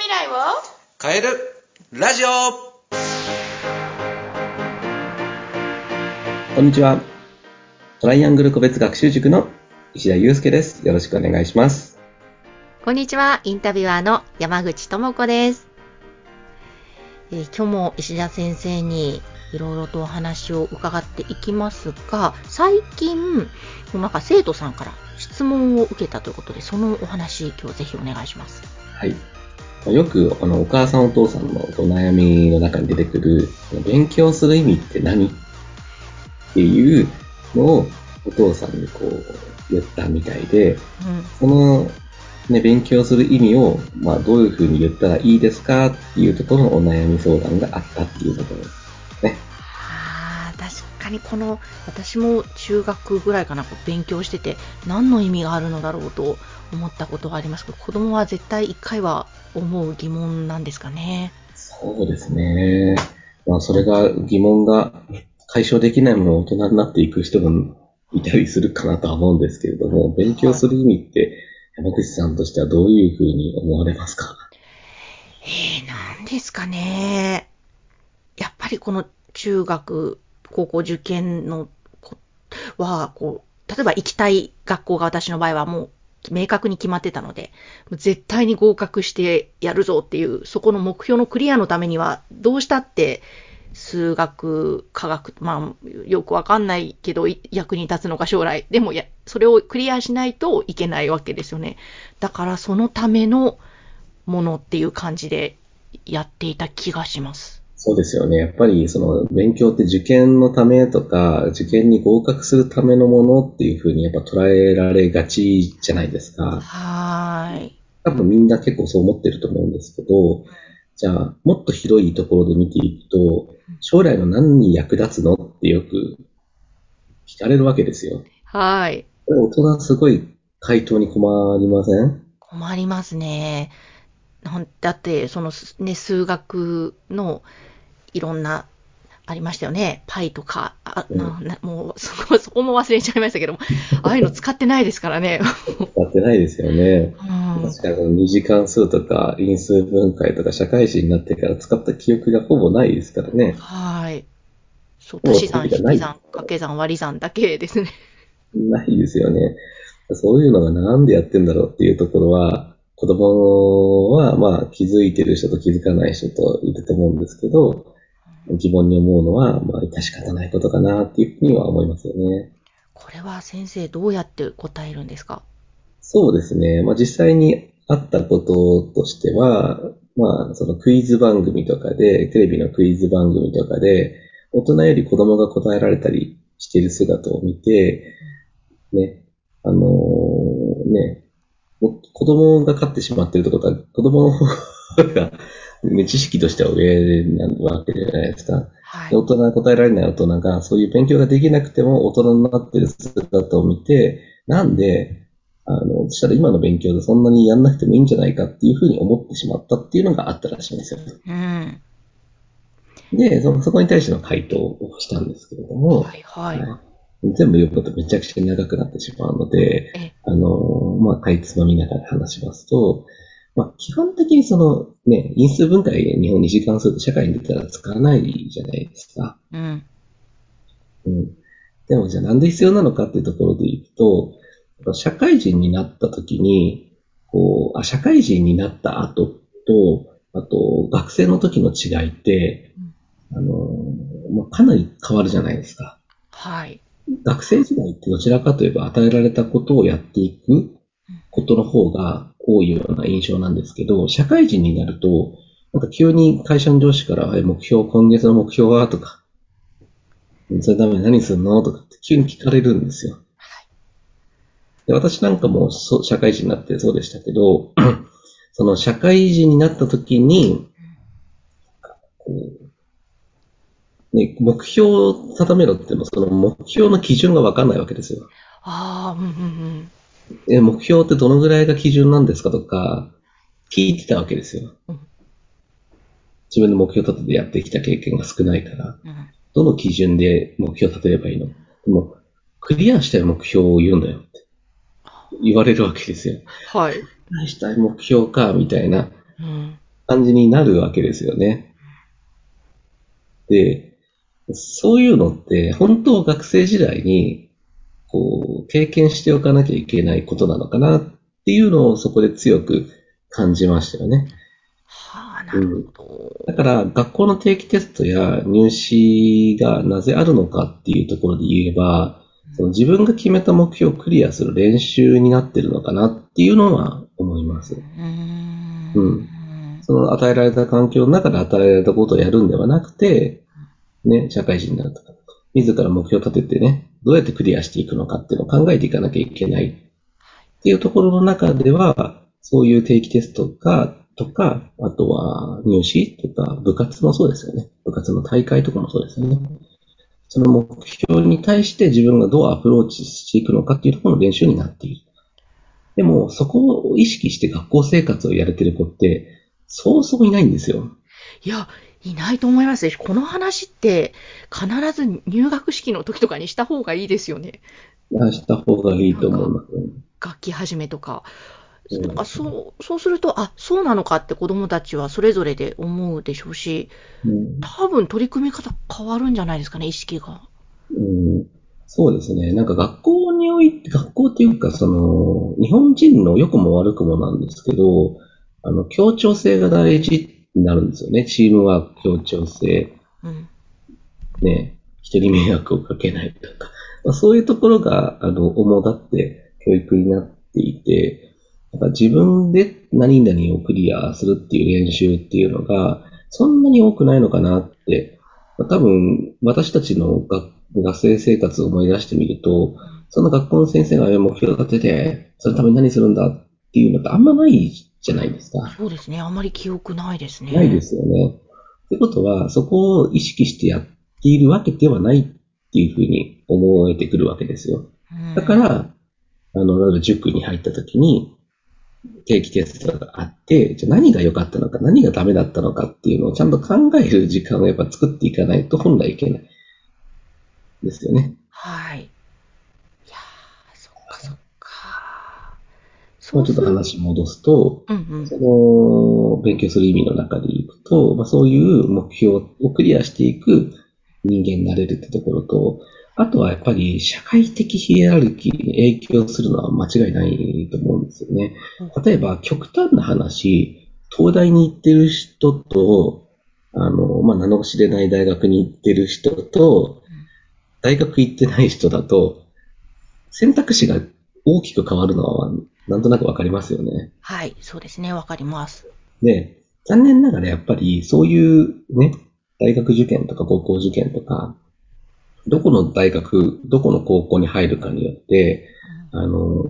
未来を変えるラジオ。 こんにちは。トライアングル個別学習塾の石田祐介です。よろしくお願いします。 こんにちは。インタビュアーの山口智子です。今日も石田先生にいろいろとお話を伺っていきますが、最近なんか生徒さんから質問を受けたということで、そのお話今日ぜひお願いします。 はい。よくお母さんお父さんのお悩みの中に出てくる勉強する意味って何っていうのをお父さんに言ったみたいで、その勉強する意味をどういうふうに言ったらいいですかっていうところのお悩み相談があったっていうところですね。 確かに私も中学ぐらいかな勉強してて何の意味があるのだろうと思ったことはありますけど、子供は絶対一回は思う疑問なんですかね。 そうですね。それが疑問が解消できないまま大人になっていく人もいたりするかなとは思うんですけれども、勉強する意味って山口さんとしてはどういうふうに思われますか？ なんですかね。やっぱりこの中学、高校受験のは例えば行きたい学校が私の場合はもう明確に決まってたので、絶対に合格してやるぞっていう、そこの目標のクリアのためには、どうしたって数学、科学、よくわかんないけど役に立つのか将来。でもそれをクリアしないといけないわけですよね。だからそのためのものっていう感じでやっていた気がします。 そうですよね。やっぱり勉強って受験のためとか、受験に合格するためのものっていうふうにやっぱ捉えられがちじゃないですか。多分みんな結構そう思ってると思うんですけど、じゃあもっと広いところで見ていくと、将来の何に役立つのってよく聞かれるわけですよ。 はい。 これ大人すごい回答に困りません？ 困りますね。だって、数学のいろんな、ありましたよね。パイとか、もうそこも忘れちゃいましたけども、ああいうの使ってないですからね。 使ってないですよね。確かに二次関数とか因数分解とか社会人になってから使った記憶がほぼないですからね。 はい。足し算、引き算、掛け算、割り算だけですね。 ないですよね。そういうのがなんでやってんだろうっていうところは、子供は気づいてる人と気づかない人といると思うんですけど、疑問に思うのは、致し方ないことかなっていうふうには思いますよね。 これは先生どうやって答えるんですか？ そうですね。実際にあったこととしては、そのクイズ番組とかで、テレビのクイズ番組とかで、大人より子供が答えられたりしている姿を見て、ね、子供が勝ってしまっているってことは、子供の方が、知識としては上なわけじゃないですか。大人が答えられない大人が、そういう勉強ができなくても大人になっている姿を見て、なんで、したら今の勉強でそんなにやんなくてもいいんじゃないかっていうふうに思ってしまったっていうのがあったらしいんですよ。で、そこに対しての回答をしたんですけれども、全部読むとめちゃくちゃ長くなってしまうので、かいつまみながら話しますと、基本的に因数分解日本二次関数って社会に出たら使わないじゃないですか。でもじゃあなんで必要なのかっていうところでいくと、社会人になった時に、社会人になった後と、あと学生の時の違いって、かなり変わるじゃないですか。学生時代ってどちらかといえば与えられたことをやっていくことの方が多いような印象なんですけど、社会人になると、急に会社の上司から、今月の目標はとか、それダメ何すんのとかって急に聞かれるんですよ。で、私なんかも社会人になってそうでしたけど、その社会人になった時に、目標を定めろっても、その目標の基準がわかんないわけですよ。目標ってどのぐらいが基準なんですかとか、聞いてたわけですよ。自分の目標立ててやってきた経験が少ないから、どの基準で目標立てればいいの？でも、クリアしたい目標を言うんだよって言われるわけですよ。クリアしたい目標か、みたいな。 感じになるわけですよね。で、そういうのって本当は学生時代に経験しておかなきゃいけないことなのかなっていうのをそこで強く感じましたよね。 はあ、なるうん。 ほど。 だから学校の定期テストや入試がなぜあるのかっていうところで言えば、その自分が決めた目標をクリアする練習になってるのかなっていうのは思います。 うーん。 うん。その与えられた環境の中で与えられたことをやるんではなくて、ね、社会人になるとか、自ら目標を立ててね、どうやってクリアしていくのかっていうのを考えていかなきゃいけないっていうところの中では、そういう定期テストとか、あとは入試とか、部活もそうですよね。部活の大会とかもそうですよね。その目標に対して自分がどうアプローチしていくのかっていうところの練習になっている。でも、そこを意識して学校生活をやれてる子って、そうそういないんですよ。 いや、いないと思いますし、この話って必ず入学式の時とかにした方がいいですよね。 した方がいいと思いなんか、 ますね。 楽器始めとか。なんかうんそうすると、あ、そうなのかって子供たちはそれぞれで思うでしょうし、 うん多分取り組み方変わるんじゃないですかね、意識が。 うんそうですね。なんか学校において、学校っていうか、日本人の良くも悪くもなんですけど、協調性が大事になるんですよね。チームワーク、協調性、 うん。 ね、人に迷惑をかけないとか、そういうところが、主だって教育になっていて、なんか自分で何々をクリアするっていう練習っていうのが、そんなに多くないのかなって、多分、私たちの学生生活を思い出してみると、その学校の先生が目標を立てて、そのために何するんだっていうのってあんまないじゃないですか。 そうですね。あまり記憶ないですないでね。 すよね。ってことは、そこを意識してやっているわけではないっていうふうに思えてくるわけですよ。 うん。 だから、例えば塾に入った時に、定期テストがあって、じゃあ何が良かったのか、何がダメだったのかっていうのをちゃんと考える時間をやっぱ作っていかないと本来いけないですよね。 はい。いやー、そっかそっか。 もうちょっとそうする、 話戻すと、 うんうん。 勉強する意味の中でいくと、そういう目標をクリアしていく人間になれるってところと、あとはやっぱり社会的ヒエラルキーに影響するのは間違いないと思うんですよね。 ほうほう。 例えば極端な話、東大に行ってる人と、名の知れない大学に行ってる人と、大学行ってない人だと、選択肢が大きく変わるのは、なんとなくわかりますよね。 はい、そうですね。わかります。 で、残念ながらやっぱりそういうね、大学受験とか高校受験とか、どこの大学、どこの高校に入るかによって、あの、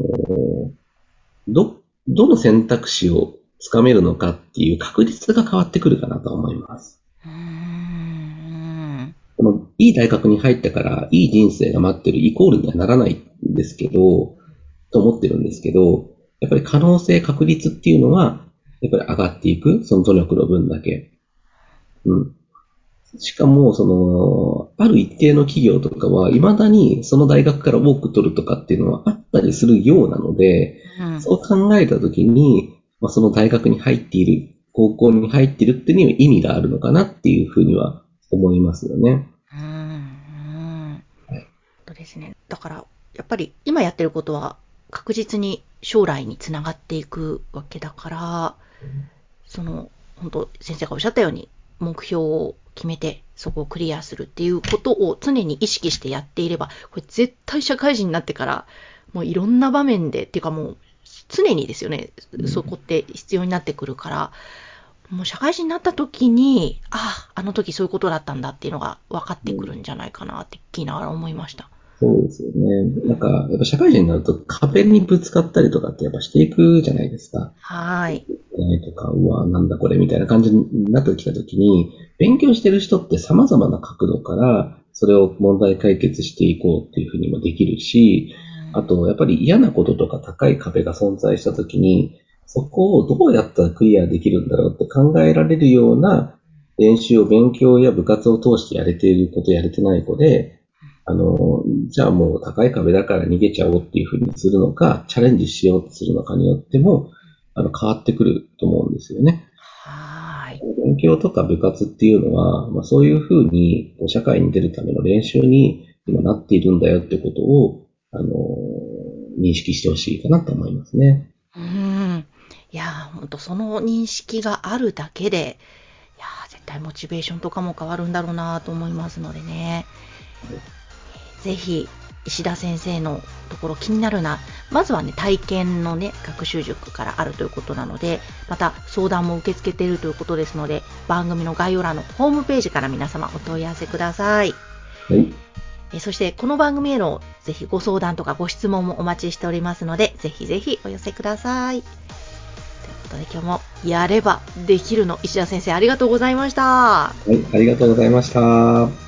どの選択肢をつかめるのかっていう確率が変わってくるかなと思います。 うーん。 いい大学に入ったから、いい人生が待ってるイコールにはならないんですけど、と思ってるんですけど、やっぱり可能性、確率っていうのは、やっぱり上がっていく、その努力の分だけ。うん。しかも、ある一定の企業とかは、未だにその大学から多く取るとかっていうのはあったりするようなので、 うん。 そう考えたときに、その大学に入っている、高校に入っているっていうには意味があるのかなっていうふうには思いますよね。 うん。うん。そうですね。だから、やっぱり今やってることは確実に将来につながっていくわけだから、本当先生がおっしゃったように、目標を決めて、そこをクリアするっていうことを常に意識してやっていれば、これ絶対社会人になってから、もういろんな場面で、っていうかもう常にですよね、そこって必要になってくるから、もう社会人になった時に、ああ、あの時そういうことだったんだっていうのが分かってくるんじゃないかなって聞きながら思いました。 そうですよね。なんか、やっぱ社会人になると壁にぶつかったりとかってやっぱしていくじゃないですか。 はい。 とか、うわ、なんだこれみたいな感じになってきたときに、勉強してる人って様々な角度から、それを問題解決していこうっていうふうにもできるし、あと、やっぱり嫌なこととか高い壁が存在したときに、そこをどうやったらクリアできるんだろうって考えられるような練習を勉強や部活を通してやれている子とやれてない子で、じゃあもう高い壁だから逃げちゃおうっていうふうにするのか、チャレンジしようとするのかによっても、変わってくると思うんですよね。 は勉強とか部活っていうのは、そういうふうに社会に出るための練習に今なっているんだよってことを、認識してほしいかなと思いますね。 いやー、ほんとその認識があるだけで、いやー、絶対モチベーションとかも変わるんだろうなと思いますのでね。ぜひ、石田先生のところ気になるな。まずはね、体験のね、学習塾からあるということなので、また相談も受け付けているということですので、番組の概要欄のホームページから皆様お問い合わせください。 はい。 そして、この番組へのぜひご相談とかご質問もお待ちしておりますので、ぜひぜひお寄せください。ということで今日もやればできるの石田先生ありがとうございました。 はい、ありがとうございました。